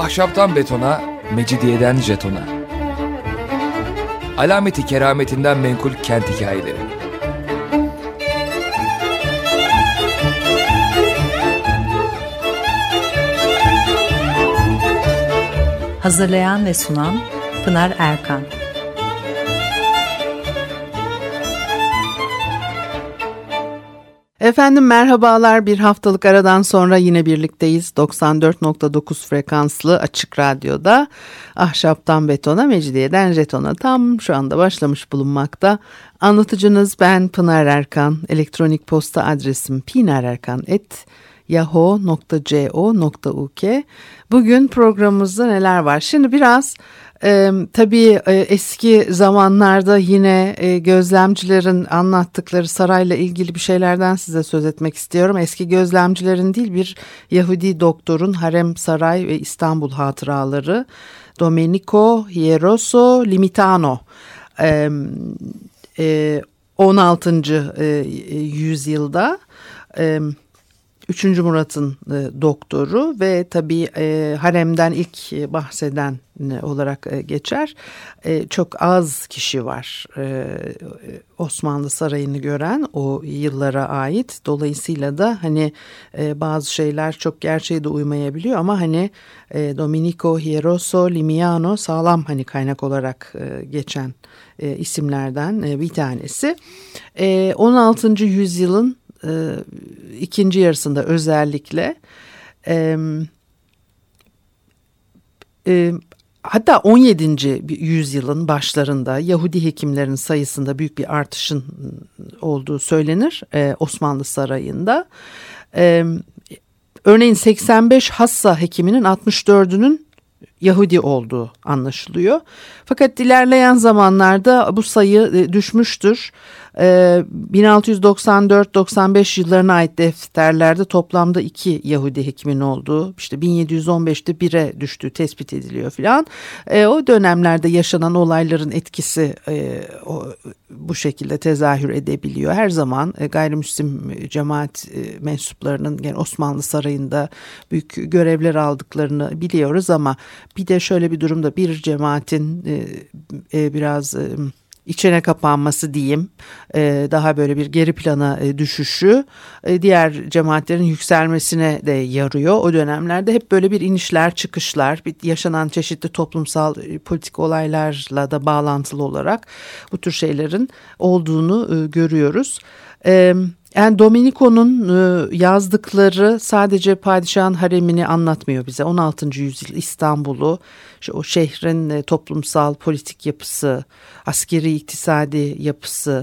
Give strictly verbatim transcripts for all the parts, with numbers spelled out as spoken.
Ahşaptan betona, mecidiyeden jetona. Alameti kerametinden menkul kent hikayeleri. Hazırlayan ve sunan Pınar Erkan. Efendim merhabalar, bir haftalık aradan sonra yine birlikteyiz. doksan dört nokta dokuz frekanslı Açık Radyo'da Ahşaptan Betona, Mecidiyeden Jeton'a tam şu anda başlamış bulunmakta. Anlatıcınız ben Pınar Erkan. Elektronik posta adresim pinarerkan at yahoo nokta co nokta uk. Bugün programımızda neler var? Şimdi biraz e, tabii e, eski zamanlarda yine e, gözlemcilerin anlattıkları sarayla ilgili bir şeylerden size söz etmek istiyorum. Eski gözlemcilerin değil, bir Yahudi doktorun Harem Saray ve İstanbul hatıraları. Domenico Hieroso Limitano. E, e, on altıncı E, yüzyılda e, üçüncü Murat'ın e, doktoru ve tabii e, haremden ilk e, bahseden e, olarak e, geçer. E, çok az kişi var e, Osmanlı Sarayı'nı gören o yıllara ait. Dolayısıyla da hani e, bazı şeyler çok gerçeğe de uymayabiliyor ama hani e, Domenico Hieroso Limitano sağlam hani kaynak olarak e, geçen e, isimlerden e, bir tanesi. E, on altıncı yüzyılın e, ikinci yarısında özellikle e, e, hatta on yedinci yüzyılın başlarında Yahudi hekimlerin sayısında büyük bir artışın olduğu söylenir e, Osmanlı Sarayı'nda. E, örneğin seksen beş hassa hekiminin altmış dördünün Yahudi olduğu anlaşılıyor. Fakat ilerleyen zamanlarda bu sayı düşmüştür. bin altı yüz doksan dört doksan beş yıllarına ait defterlerde toplamda iki Yahudi hekimin olduğu, işte bin yedi yüz on beşte bire düştüğü tespit ediliyor filan. E, o dönemlerde yaşanan olayların etkisi e, o, bu şekilde tezahür edebiliyor. Her zaman e, gayrimüslim cemaat e, mensuplarının yani Osmanlı Sarayı'nda büyük görevler aldıklarını biliyoruz ama bir de şöyle bir durumda bir cemaatin e, e, biraz e, içine kapanması diyeyim, e, daha böyle bir geri plana e, düşüşü e, diğer cemaatlerin yükselmesine de yarıyor. O dönemlerde hep böyle bir inişler çıkışlar, bir yaşanan çeşitli toplumsal e, politik olaylarla da bağlantılı olarak bu tür şeylerin olduğunu e, görüyoruz. E, Yani Domenico'nun yazdıkları sadece padişahın haremini anlatmıyor bize. on altıncı yüzyıl İstanbul'u, o şehrin toplumsal politik yapısı, askeri iktisadi yapısı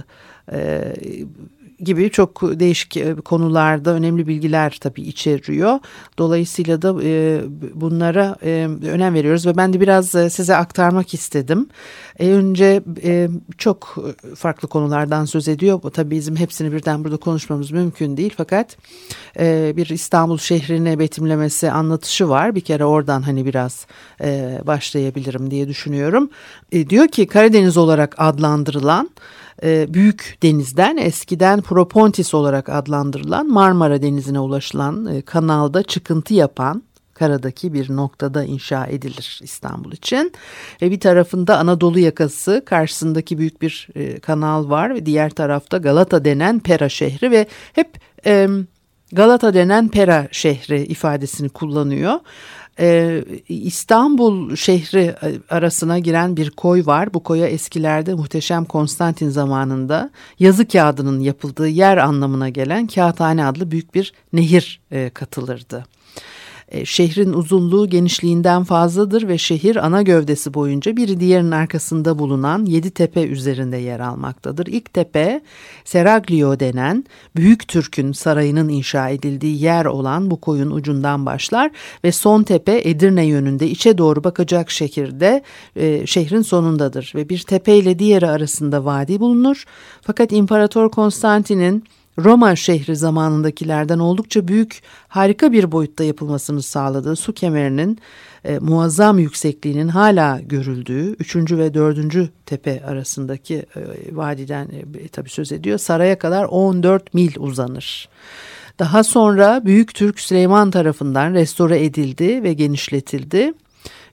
gibi çok değişik konularda önemli bilgiler tabii içeriyor. Dolayısıyla da e, bunlara e, önem veriyoruz ve ben de biraz e, size aktarmak istedim. E, önce e, çok farklı konulardan söz ediyor. Bu tabii bizim hepsini birden burada konuşmamız mümkün değil. Fakat e, bir İstanbul şehrine betimlemesi, anlatışı var. Bir kere oradan hani biraz e, başlayabilirim diye düşünüyorum. E, diyor ki Karadeniz olarak adlandırılan Büyük Deniz'den eskiden Propontis olarak adlandırılan Marmara Denizi'ne ulaşılan kanalda çıkıntı yapan karadaki bir noktada inşa edilir İstanbul için. Ve bir tarafında Anadolu yakası, karşısındaki büyük bir kanal var ve diğer tarafta Galata denen Pera şehri ve hep e, Galata denen Pera şehri ifadesini kullanıyor. Ee, İstanbul şehri arasına giren bir koy var. Bu koya eskilerde Muhteşem Konstantin zamanında yazı kağıdının yapıldığı yer anlamına gelen Kağıthane adlı büyük bir nehir e, katılırdı. E, şehrin uzunluğu genişliğinden fazladır ve şehir ana gövdesi boyunca biri diğerinin arkasında bulunan yedi tepe üzerinde yer almaktadır. İlk tepe Seraglio denen Büyük Türk'ün sarayının inşa edildiği yer olan bu koyun ucundan başlar ve son tepe Edirne yönünde içe doğru bakacak şekilde e, şehrin sonundadır ve bir tepe ile diğeri arasında vadi bulunur. Fakat İmparator Konstantin'in Roma şehri zamanındakilerden oldukça büyük, harika bir boyutta yapılmasını sağladığı su kemerinin e, muazzam yüksekliğinin hala görüldüğü üçüncü ve dördüncü tepe arasındaki e, vadiden e, tabii söz ediyor. Saraya kadar on dört mil uzanır. Daha sonra Büyük Türk Süleyman tarafından restore edildi ve genişletildi.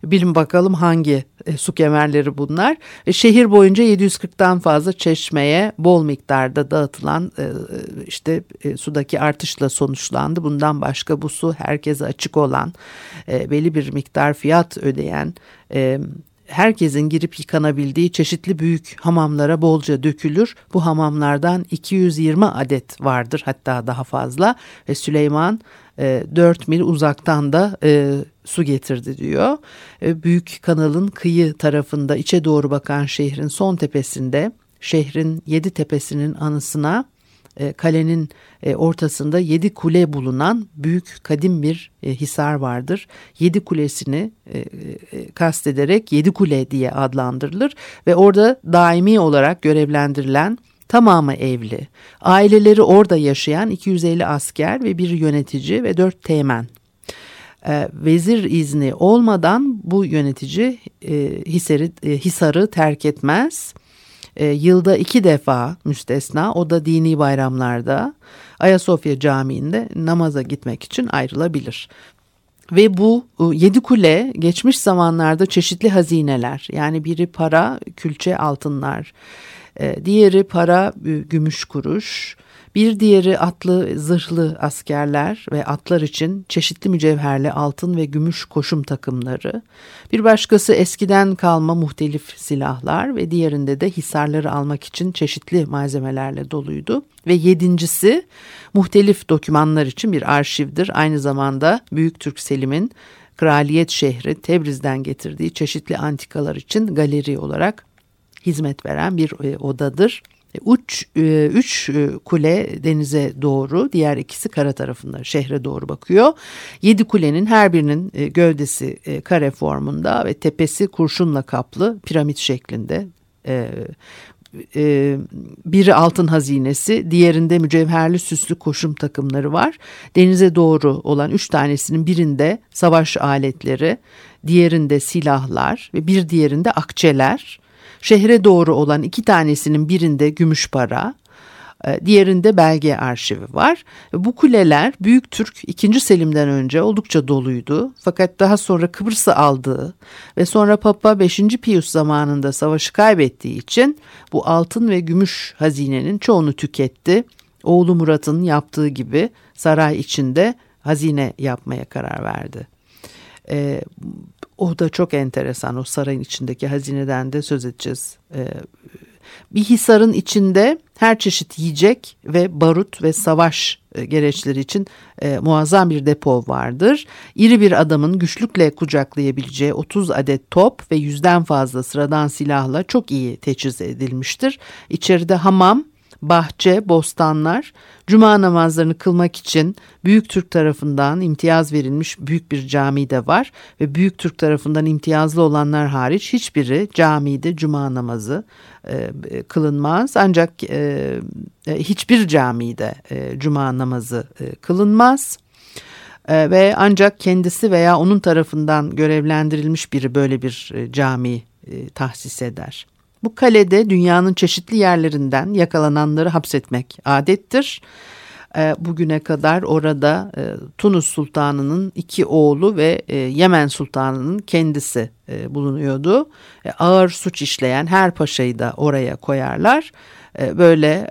Bilin bakalım hangi e, su kemerleri bunlar. E, şehir boyunca yedi yüz kırktan fazla çeşmeye bol miktarda dağıtılan e, işte e, sudaki artışla sonuçlandı. Bundan başka bu su herkese açık olan, e, belli bir miktar fiyat ödeyen, e, herkesin girip yıkanabildiği çeşitli büyük hamamlara bolca dökülür. Bu hamamlardan iki yüz yirmi adet vardır, hatta daha fazla, ve Süleyman e, dört mil uzaktan da e, su getirdi diyor. E, büyük kanalın kıyı tarafında içe doğru bakan şehrin son tepesinde, şehrin yedi tepesinin anısına e, kalenin e, ortasında yedi kule bulunan büyük kadim bir e, hisar vardır. Yedi kulesini e, e, kastederek yedi kule diye adlandırılır ve orada daimi olarak görevlendirilen, tamamı evli, aileleri orada yaşayan iki yüz elli asker ve bir yönetici ve dört teğmen. E, vezir izni olmadan bu yönetici e, hisarı, e, hisarı terk etmez. E, yılda iki defa müstesna, o da dini bayramlarda Ayasofya Camii'nde namaza gitmek için ayrılabilir. Ve bu yedi kule geçmiş zamanlarda çeşitli hazineler, yani biri para, külçe altınlar, e, diğeri para, gümüş kuruş, bir diğeri atlı, zırhlı askerler ve atlar için çeşitli mücevherli altın ve gümüş koşum takımları. Bir başkası eskiden kalma muhtelif silahlar ve diğerinde de hisarları almak için çeşitli malzemelerle doluydu. Ve yedincisi muhtelif dokümanlar için bir arşivdir. Aynı zamanda Büyük Türk Selim'in kraliyet şehri Tebriz'den getirdiği çeşitli antikalar için galeri olarak hizmet veren bir odadır. Uç, üç kule denize doğru, diğer ikisi kara tarafında şehre doğru bakıyor. Yedi kulenin her birinin gövdesi kare formunda ve tepesi kurşunla kaplı piramit şeklinde. Biri altın hazinesi, diğerinde mücevherli süslü koşum takımları var. Denize doğru olan üç tanesinin birinde savaş aletleri, diğerinde silahlar ve bir diğerinde akçeler. Şehre doğru olan iki tanesinin birinde gümüş para, diğerinde belge arşivi var. Bu kuleler Büyük Türk ikinci. Selim'den önce oldukça doluydu. Fakat daha sonra Kıbrıs'ı aldığı ve sonra Papa beşinci. Pius zamanında savaşı kaybettiği için bu altın ve gümüş hazinenin çoğunu tüketti. Oğlu Murat'ın yaptığı gibi saray içinde hazine yapmaya karar verdi. Ee, o da çok enteresan, o sarayın içindeki hazineden de söz edeceğiz. Ee, bir hisarın içinde her çeşit yiyecek ve barut ve savaş gereçleri için e, muazzam bir depo vardır. İri bir adamın güçlükle kucaklayabileceği otuz adet top ve yüzden fazla sıradan silahla çok iyi teçhiz edilmiştir. İçeride hamam, bahçe, bostanlar, cuma namazlarını kılmak için Büyük Türk tarafından imtiyaz verilmiş büyük bir cami de var ve Büyük Türk tarafından imtiyazlı olanlar hariç hiçbiri camide cuma namazı e, kılınmaz. Ancak e, hiçbir camide e, cuma namazı e, kılınmaz. E, ve ancak kendisi veya onun tarafından görevlendirilmiş biri böyle bir e, cami e, tahsis eder. Bu kalede dünyanın çeşitli yerlerinden yakalananları hapsetmek adettir. Bugüne kadar orada Tunus Sultanı'nın iki oğlu ve Yemen Sultanı'nın kendisi bulunuyordu. Ağır suç işleyen her paşayı da oraya koyarlar. Böyle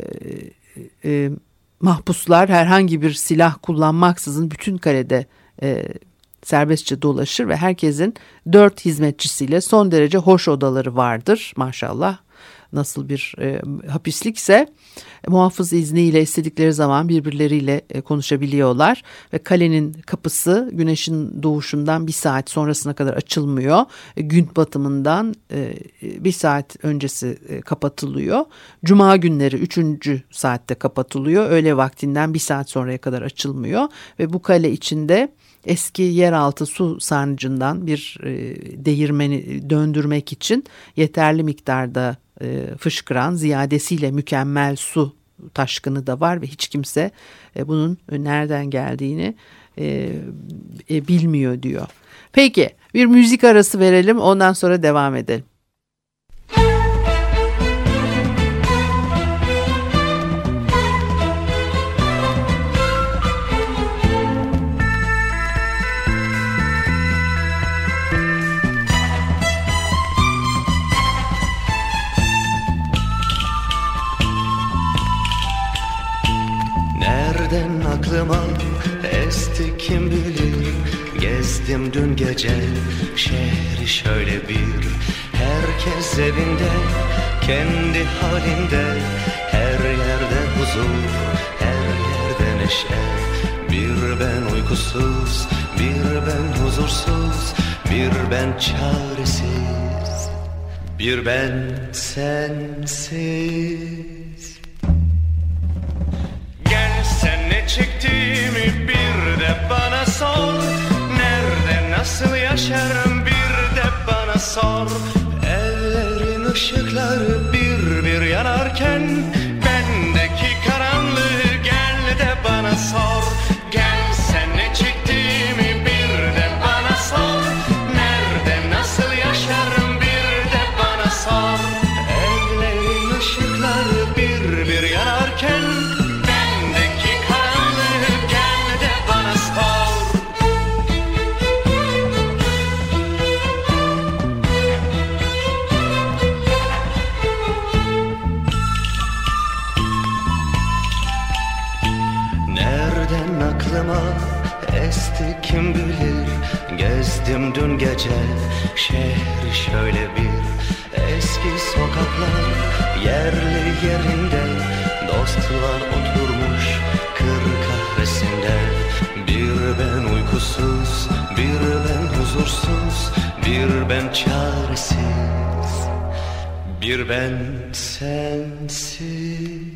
mahpuslar herhangi bir silah kullanmaksızın bütün kalede serbestçe dolaşır ve herkesin dört hizmetçisiyle son derece hoş odaları vardır. Maşallah, nasıl bir e, hapislikse muhafız izniyle istedikleri zaman birbirleriyle e, konuşabiliyorlar. Ve kalenin kapısı güneşin doğuşundan bir saat sonrasına kadar açılmıyor. E, gün batımından e, bir saat öncesi e, kapatılıyor. Cuma günleri üçüncü saatte kapatılıyor. Öğle vaktinden bir saat sonraya kadar açılmıyor. Ve bu kale içinde eski yeraltı su sarnıcından bir e, değirmeni döndürmek için yeterli miktarda e, fışkıran, ziyadesiyle mükemmel su taşkını da var ve hiç kimse e, bunun nereden geldiğini e, e, bilmiyor diyor. Peki, bir müzik arası verelim, ondan sonra devam edelim. aklıma esti kim bilir. Gezdim dün gece şehri şöyle bir. Herkes evinde, kendi halinde. Her yerde huzur, her yerde neşe. Bir ben uykusuz, bir ben huzursuz, bir ben çaresiz, bir ben sensiz. Gel sen ne çektiğimi bir de bana sor. Nerede nasıl yaşarım bir de bana sor. Evlerin ışıkları bir bir yanarken bendeki karanlığı gel de bana sor. Gel sen ne çektiğimi bir de bana sor. Nerede nasıl yaşarım bir de bana sor. Evlerin ışıkları bir bir yanarken bendeki karanlığı gel de bana sor. Nereden aklıma esti kim bilir. Gezdim dün gece şehri şöyle bir. Eski sokaklar yerli yerinde. Dostlar oturmuş kır kahvesinde. Bir ben uykusuz, bir ben huzursuz, bir ben çaresiz, bir ben sensiz.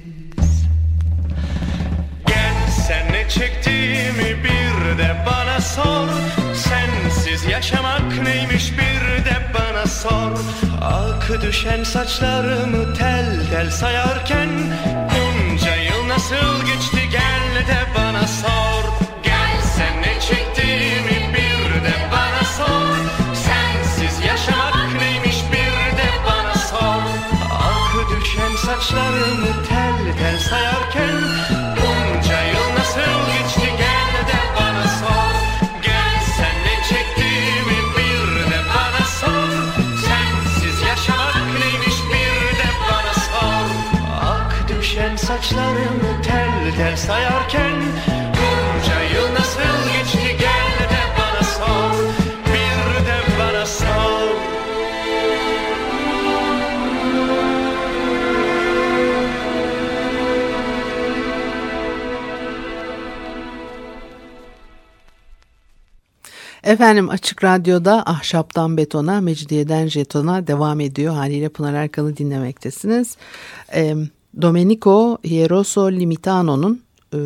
Sen ne çektiğimi bir de bana sor. Sensiz yaşamak neymiş bir de bana sor. Akı düşen saçlarımı tel tel sayarken bunca yıl nasıl geçti gel de bana sor. Gel sen ne çektiğimi bir de bana sor. Sensiz yaşamak neymiş bir de bana sor. Akı düşen saçlarımı tel tel sayarken bunca yıl nasıl geçti gel de bana sor. Gel sen ne çektiğimi bir de bana sor. Sensiz yaşamak neymiş bir de bana sor. Ak düşen saçlarımı tel tel sayarken bunca yıl nasıl geçti gel de bana sor. Bir de bana sor. Efendim Açık Radyo'da Ahşaptan Betona, Mecidiyeden Jeton'a devam ediyor. Haliyle Pınar Erkan'ı dinlemektesiniz. E, Domenico Hieroso Limitano'nun e,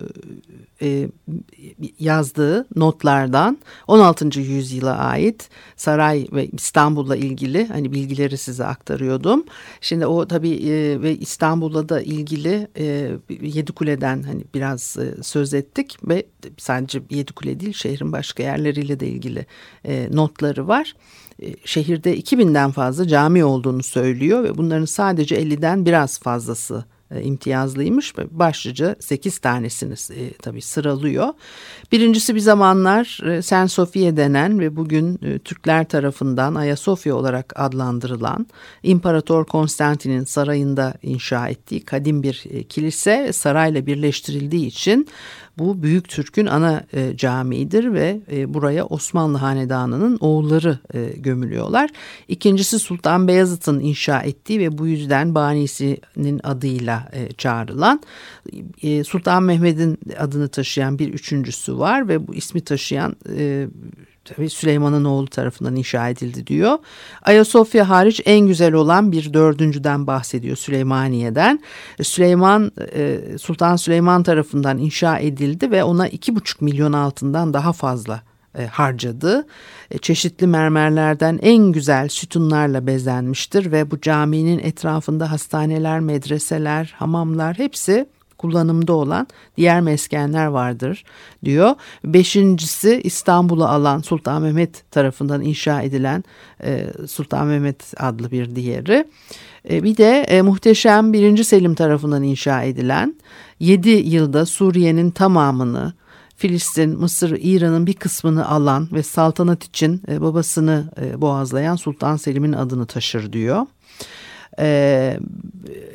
e, yazdığı notlardan on altıncı yüzyıla ait saray ve İstanbul'la ilgili hani bilgileri size aktarıyordum. Şimdi o tabii e, ve İstanbul'la da ilgili e, Yedikule'den hani biraz e, söz ettik ve sadece Yedikule değil şehrin başka yerleriyle de ilgili e, notları var. E, şehirde iki binden fazla cami olduğunu söylüyor ve bunların sadece elliden biraz fazlası imtiyazlıymış ve başlıca sekiz tanesini e, tabii sıralıyor. Birincisi bir zamanlar e, Saint Sophie denen ve bugün e, Türkler tarafından Ayasofya olarak adlandırılan İmparator Konstantin'in sarayında inşa ettiği kadim bir e, kilise sarayla birleştirildiği için bu Büyük Türk'ün ana e, camiidir ve e, buraya Osmanlı Hanedanı'nın oğulları e, gömülüyorlar. İkincisi Sultan Beyazıt'ın inşa ettiği ve bu yüzden banisinin adıyla e, çağrılan e, Sultan Mehmet'in adını taşıyan bir üçüncüsü var ve bu ismi taşıyan e, tabii Süleyman'ın oğlu tarafından inşa edildi diyor. Ayasofya hariç en güzel olan bir dördüncüden bahsediyor, Süleymaniye'den. Süleyman Sultan Süleyman tarafından inşa edildi ve ona iki buçuk milyon altından daha fazla harcadı. Çeşitli mermerlerden en güzel sütunlarla bezenmiştir ve bu caminin etrafında hastaneler, medreseler, hamamlar hepsi kullanımda olan diğer meskenler vardır diyor. Beşincisi İstanbul'u alan Sultan Mehmet tarafından inşa edilen e, Sultan Mehmet adlı bir diğeri. E, bir de e, muhteşem birinci Selim tarafından inşa edilen yedi yılda Suriye'nin tamamını, Filistin, Mısır, İran'ın bir kısmını alan ve saltanat için e, babasını e, boğazlayan Sultan Selim'in adını taşır diyor. Ee,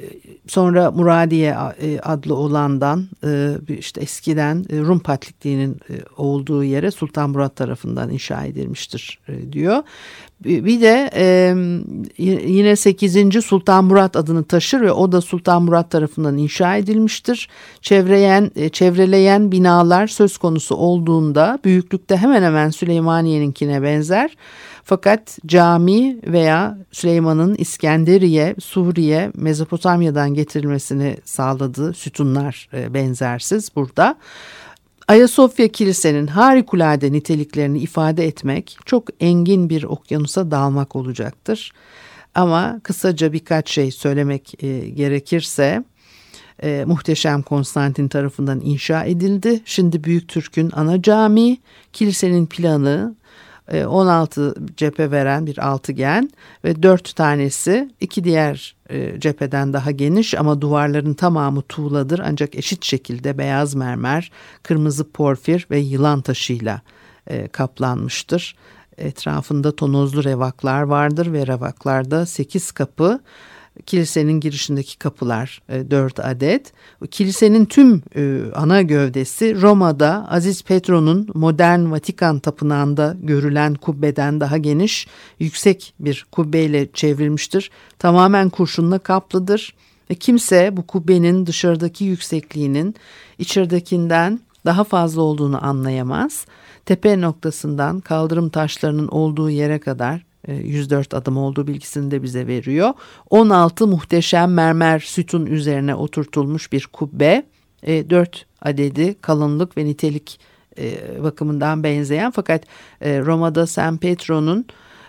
sonra Muradiye adlı olandan işte eskiden Rum Patrikliği'nin olduğu yere Sultan Murat tarafından inşa edilmiştir diyor. Bir de yine sekizinci Sultan Murat adını taşır ve o da Sultan Murat tarafından inşa edilmiştir. Çevreyen, çevreleyen binalar söz konusu olduğunda büyüklükte hemen hemen Süleymaniye'ninkine benzer. Fakat cami veya Süleyman'ın İskenderiye, Suriye, Mezopotamya'dan getirilmesini sağladığı sütunlar benzersiz burada. Ayasofya Kilisenin harikulade niteliklerini ifade etmek çok engin bir okyanusa dalmak olacaktır. Ama kısaca birkaç şey söylemek e, gerekirse e, muhteşem Konstantin tarafından inşa edildi. Şimdi Büyüktürk'ün ana cami, kilisenin planı on altı cephe veren bir altıgen ve dört tanesi iki diğer cepheden daha geniş ama duvarların tamamı tuğladır ancak eşit şekilde beyaz mermer, kırmızı porfir ve yılan taşıyla kaplanmıştır. Etrafında tonozlu revaklar vardır ve revaklarda sekiz kapı. Kilisenin girişindeki kapılar dört adet. Kilisenin tüm e, ana gövdesi Roma'da Aziz Petro'nun modern Vatikan tapınağında görülen kubbeden daha geniş, yüksek bir kubbeyle çevrilmiştir. Tamamen kurşunla kaplıdır. Ve kimse bu kubbenin dışarıdaki yüksekliğinin içeridekinden daha fazla olduğunu anlayamaz. Tepe noktasından kaldırım taşlarının olduğu yere kadar yüz dört adım olduğu bilgisini de bize veriyor. on altı muhteşem mermer sütun üzerine oturtulmuş bir kubbe, dört adedi kalınlık ve nitelik bakımından benzeyen fakat Roma'da San Petro'nun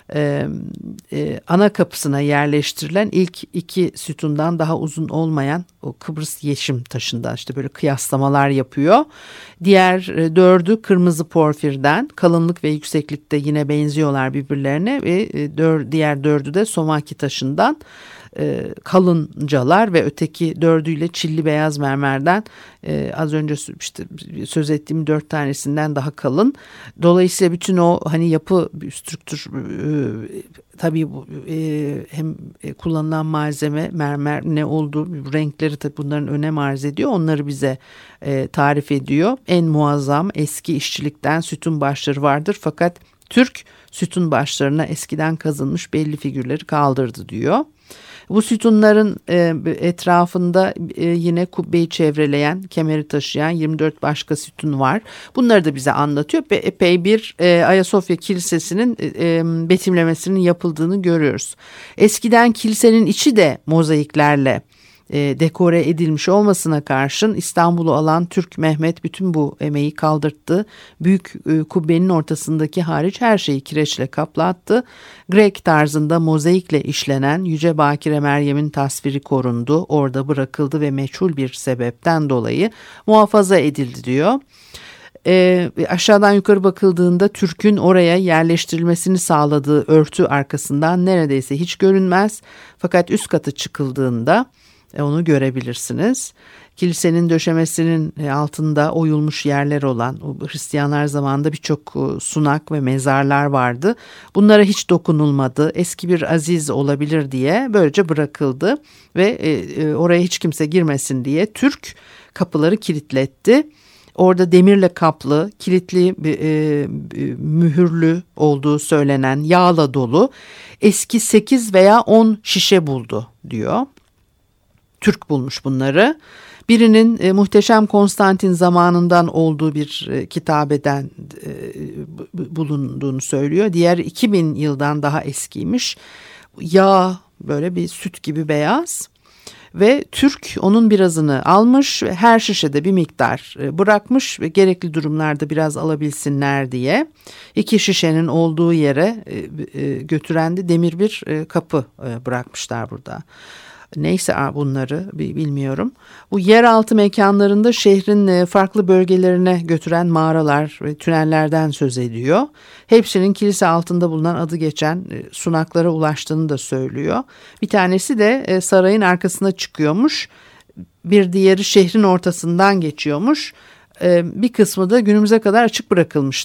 ana kapısına yerleştirilen ilk iki sütundan daha uzun olmayan o Kıbrıs yeşim taşından işte böyle kıyaslamalar yapıyor. Diğer dördü kırmızı porfirden, kalınlık ve yükseklikte yine benziyorlar birbirlerine ve diğer dördü de somaki taşından. E, kalıncalar ve öteki dördüyle çilli beyaz mermerden e, az önce işte söz ettiğim dört tanesinden daha kalın. Dolayısıyla bütün o hani yapı strüktür e, tabii e, hem kullanılan malzeme mermer ne olduğu renkleri tabii bunların önem arz ediyor. Onları bize e, tarif ediyor. En muazzam eski işçilikten sütun başları vardır fakat Türk sütun başlarına eskiden kazınmış belli figürleri kaldırdı diyor. Bu sütunların etrafında yine kubbeyi çevreleyen, kemeri taşıyan yirmi dört başka sütun var. Bunları da bize anlatıyor. Epey bir Ayasofya Kilisesi'nin betimlemesinin yapıldığını görüyoruz. Eskiden kilisenin içi de mozaiklerle dekore edilmiş olmasına karşın İstanbul'u alan Türk Mehmet bütün bu emeği kaldırttı. Büyük kubbenin ortasındaki hariç her şeyi kireçle kaplattı. Grek tarzında mozaikle işlenen Yüce Bakire Meryem'in tasviri korundu. Orada bırakıldı ve meçhul bir sebepten dolayı muhafaza edildi diyor. E, aşağıdan yukarı bakıldığında Türk'ün oraya yerleştirilmesini sağladığı örtü arkasından neredeyse hiç görünmez. Fakat üst katı çıkıldığında onu görebilirsiniz. Kilisenin döşemesinin altında oyulmuş yerler olan Hristiyanlar zamanında birçok sunak ve mezarlar vardı. Bunlara hiç dokunulmadı. Eski bir aziz olabilir diye böylece bırakıldı ve oraya hiç kimse girmesin diye Türk kapıları kilitletti. Orada demirle kaplı, kilitli, e, mühürlü olduğu söylenen yağla dolu eski sekiz veya on şişe buldu diyor. Türk bulmuş bunları. Birinin e, Muhteşem Konstantin zamanından olduğu bir e, kitabeden e, bulunduğunu söylüyor. Diğer iki bin yıldan daha eskiymiş. Yağ böyle bir süt gibi beyaz. Ve Türk onun birazını almış ve her şişede bir miktar bırakmış ve gerekli durumlarda biraz alabilsinler diye iki şişenin olduğu yere götüren de demir bir kapı bırakmışlar burada. Neyse bunları bilmiyorum. Bu yeraltı mekanlarında şehrin farklı bölgelerine götüren mağaralar ve tünellerden söz ediyor. Hepsinin kilise altında bulunan adı geçen sunaklara ulaştığını da söylüyor. Bir tanesi de sarayın arkasına çıkıyormuş. Bir diğeri şehrin ortasından geçiyormuş. Bir kısmı da günümüze kadar açık bırakılmıştır.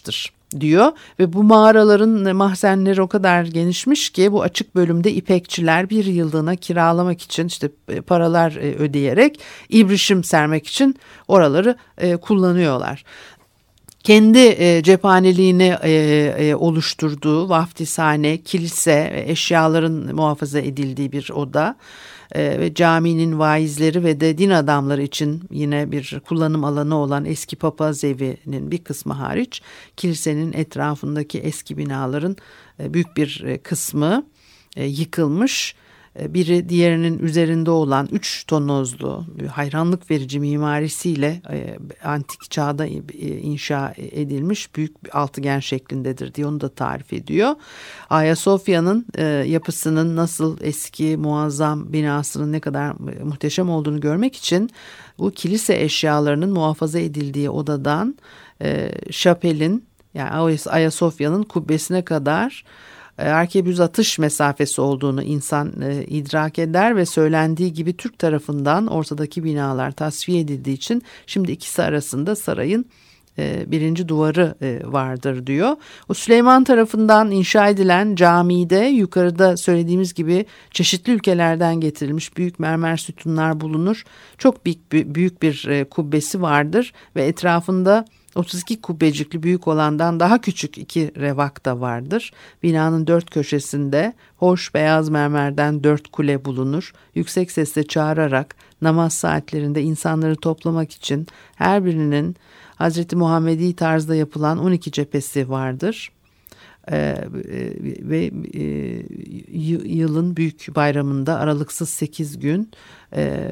diyor ve bu mağaraların mahzenleri o kadar genişmiş ki bu açık bölümde ipekçiler bir yıllığına kiralamak için işte paralar ödeyerek ibrişim sermek için oraları kullanıyorlar. Kendi e, cephaneliğini e, e, oluşturduğu vaftizhane, kilise ve eşyaların muhafaza edildiği bir oda e, ve caminin vaizleri ve de din adamları için yine bir kullanım alanı olan eski papaz evinin bir kısmı hariç kilisenin etrafındaki eski binaların e, büyük bir e, kısmı e, yıkılmış. Biri diğerinin üzerinde olan üç tonozlu hayranlık verici mimarisiyle e, antik çağda e, inşa edilmiş büyük bir altıgen şeklindedir diye onu da tarif ediyor. Ayasofya'nın e, yapısının nasıl eski muazzam binasının ne kadar muhteşem olduğunu görmek için bu kilise eşyalarının muhafaza edildiği odadan e, şapelin yani Ayasofya'nın kubbesine kadar arkebüz atış mesafesi olduğunu insan e, idrak eder ve söylendiği gibi Türk tarafından ortadaki binalar tasfiye edildiği için şimdi ikisi arasında sarayın e, birinci duvarı e, vardır diyor. O Süleyman tarafından inşa edilen camide yukarıda söylediğimiz gibi çeşitli ülkelerden getirilmiş büyük mermer sütunlar bulunur. Çok büyük, büyük bir e, kubbesi vardır ve etrafında otuz iki kubbecikli büyük olandan daha küçük iki revak da vardır. Binanın dört köşesinde hoş beyaz mermerden dört kule bulunur. Yüksek sesle çağırarak namaz saatlerinde insanları toplamak için her birinin Hazreti Muhammedi tarzda yapılan on iki cephesi vardır. Ee, ve e, yılın büyük bayramında aralıksız sekiz gün e,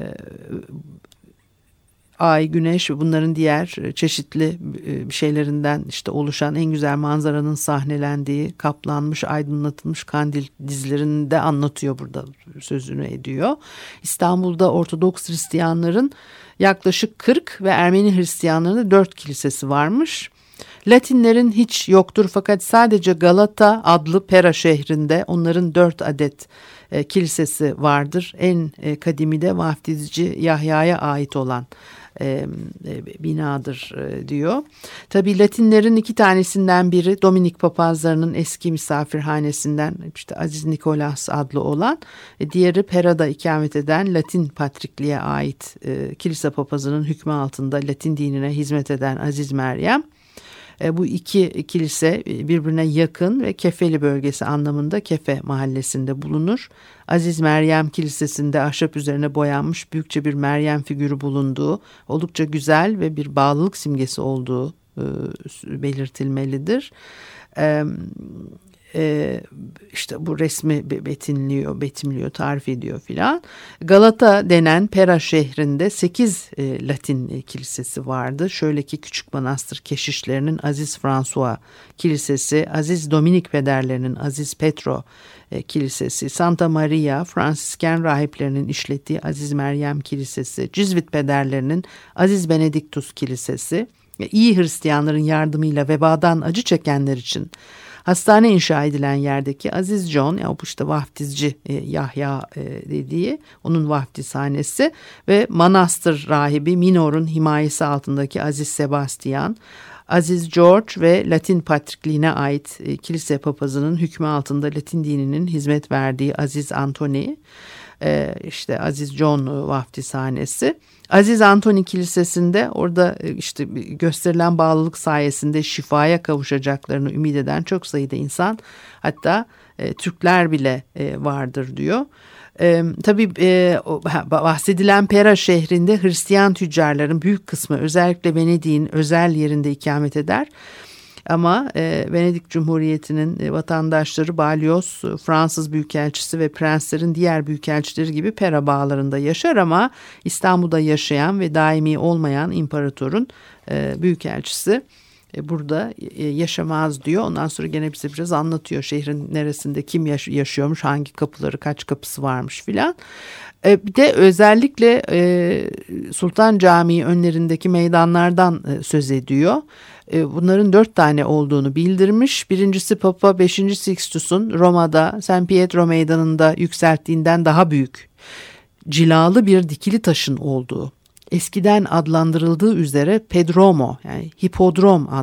ay, güneş ve bunların diğer çeşitli şeylerinden işte oluşan en güzel manzaranın sahnelendiği, kaplanmış, aydınlatılmış kandil dizilerini de anlatıyor burada, sözünü ediyor. İstanbul'da Ortodoks Hristiyanların yaklaşık kırk ve Ermeni Hristiyanların dört kilisesi varmış. Latinlerin hiç yoktur fakat sadece Galata adlı Pera şehrinde onların dört adet e, kilisesi vardır. En e, kadimi de vaftizci Yahya'ya ait olan E, e, binadır e, diyor. Tabii Latinlerin iki tanesinden biri Dominik papazlarının eski misafirhanesinden işte Aziz Nikolas adlı olan, e, diğeri Pera'da ikamet eden Latin Patrikliğe ait e, kilise papazının hükmü altında Latin dinine hizmet eden Aziz Meryem. E, bu iki kilise birbirine yakın ve Kefeli bölgesi anlamında Kefe mahallesinde bulunur. Aziz Meryem Kilisesi'nde ahşap üzerine boyanmış büyükçe bir Meryem figürü bulunduğu, oldukça güzel ve bir bağlılık simgesi olduğu e, belirtilmelidir. E, e, işte bu resmi betimliyor, betimliyor, tarif ediyor filan. Galata denen Pera şehrinde sekiz e, Latin kilisesi vardı. Şöyle ki küçük manastır keşişlerinin Aziz François Kilisesi, Aziz Dominik pederlerinin Aziz Petro e, Kilisesi, Santa Maria Fransisken rahiplerinin işlettiği Aziz Meryem Kilisesi, Cizvit pederlerinin Aziz Benediktus Kilisesi, iyi Hristiyanların yardımıyla vebadan acı çekenler için hastane inşa edilen yerdeki Aziz John, ya bu işte vaftizci e, Yahya e, dediği, onun vaftizhanesi ve manastır rahibi Minor'un himayesi altındaki Aziz Sebastian, Aziz George ve Latin Patrikliğine ait e, kilise papazının hükmü altında Latin dininin hizmet verdiği Aziz Antony, e, işte Aziz John vaftizhanesi. Aziz Antony Kilisesi'nde orada işte gösterilen bağlılık sayesinde şifaya kavuşacaklarını ümit eden çok sayıda insan, hatta e, Türkler bile e, vardır diyor. E, tabii e, bahsedilen Pera şehrinde Hristiyan tüccarların büyük kısmı özellikle Venedik'in özel yerinde ikamet eder. Ama e, Venedik Cumhuriyeti'nin e, vatandaşları Balyoz, Fransız Büyükelçisi ve prenslerin diğer büyükelçileri gibi Pera bağlarında yaşar ama İstanbul'da yaşayan ve daimi olmayan imparatorun e, büyükelçisi e, burada e, yaşamaz diyor. Ondan sonra gene bize biraz anlatıyor şehrin neresinde kim yaş- yaşıyormuş, hangi kapıları, kaç kapısı varmış filan. E, bir de özellikle e, Sultan Camii önlerindeki meydanlardan e, söz ediyor. Bunların dört tane olduğunu bildirmiş. Birincisi Papa beşinci Sixtus'un Roma'da San Pietro Meydanı'nda yükselttiğinden daha büyük, cilalı bir dikili taşın olduğu, eskiden adlandırıldığı üzere Pedromo yani hipodrom adlı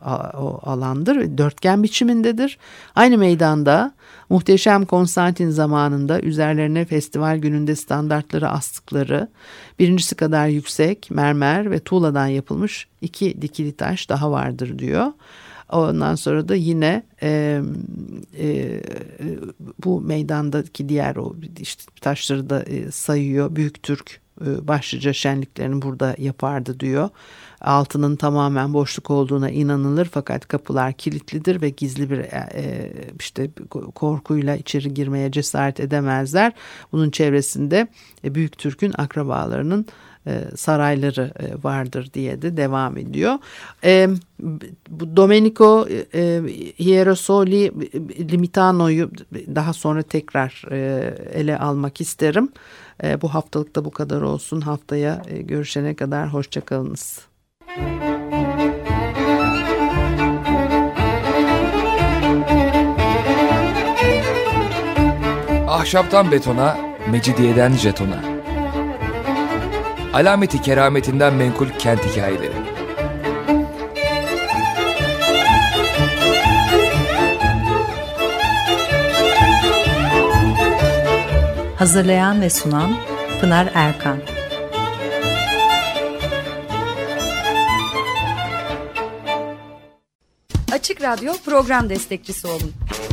o alandır. Dörtgen biçimindedir. Aynı meydanda muhteşem Konstantin zamanında üzerlerine festival gününde standartları astıkları, birincisi kadar yüksek mermer ve tuğladan yapılmış iki dikili taş daha vardır diyor. Ondan sonra da yine e, e, bu meydandaki diğer o işte taşları da e, sayıyor. Büyük Türk e, başlıca şenliklerini burada yapardı diyor. Altının tamamen boşluk olduğuna inanılır fakat kapılar kilitlidir ve gizli bir e, işte korkuyla içeri girmeye cesaret edemezler. Bunun çevresinde e, Büyük Türk'ün akrabalarının sarayları vardır diye de devam ediyor. E, Domenico e, Hierosoli Limitano'yu daha sonra tekrar e, ele almak isterim. E, bu haftalık da bu kadar olsun. Haftaya e, görüşene kadar hoşça kalınız. Ahşaptan betona, mecidiyeden jetona. Alameti kerametinden menkul kent hikayeleri. Hazırlayan ve sunan Pınar Erkan. Açık Radyo program destekçisi olun.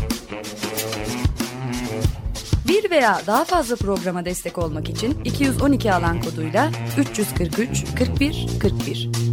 Bir veya daha fazla programa destek olmak için iki yüz on iki alan koduyla üç yüz kırk üç kırk bir kırk bir.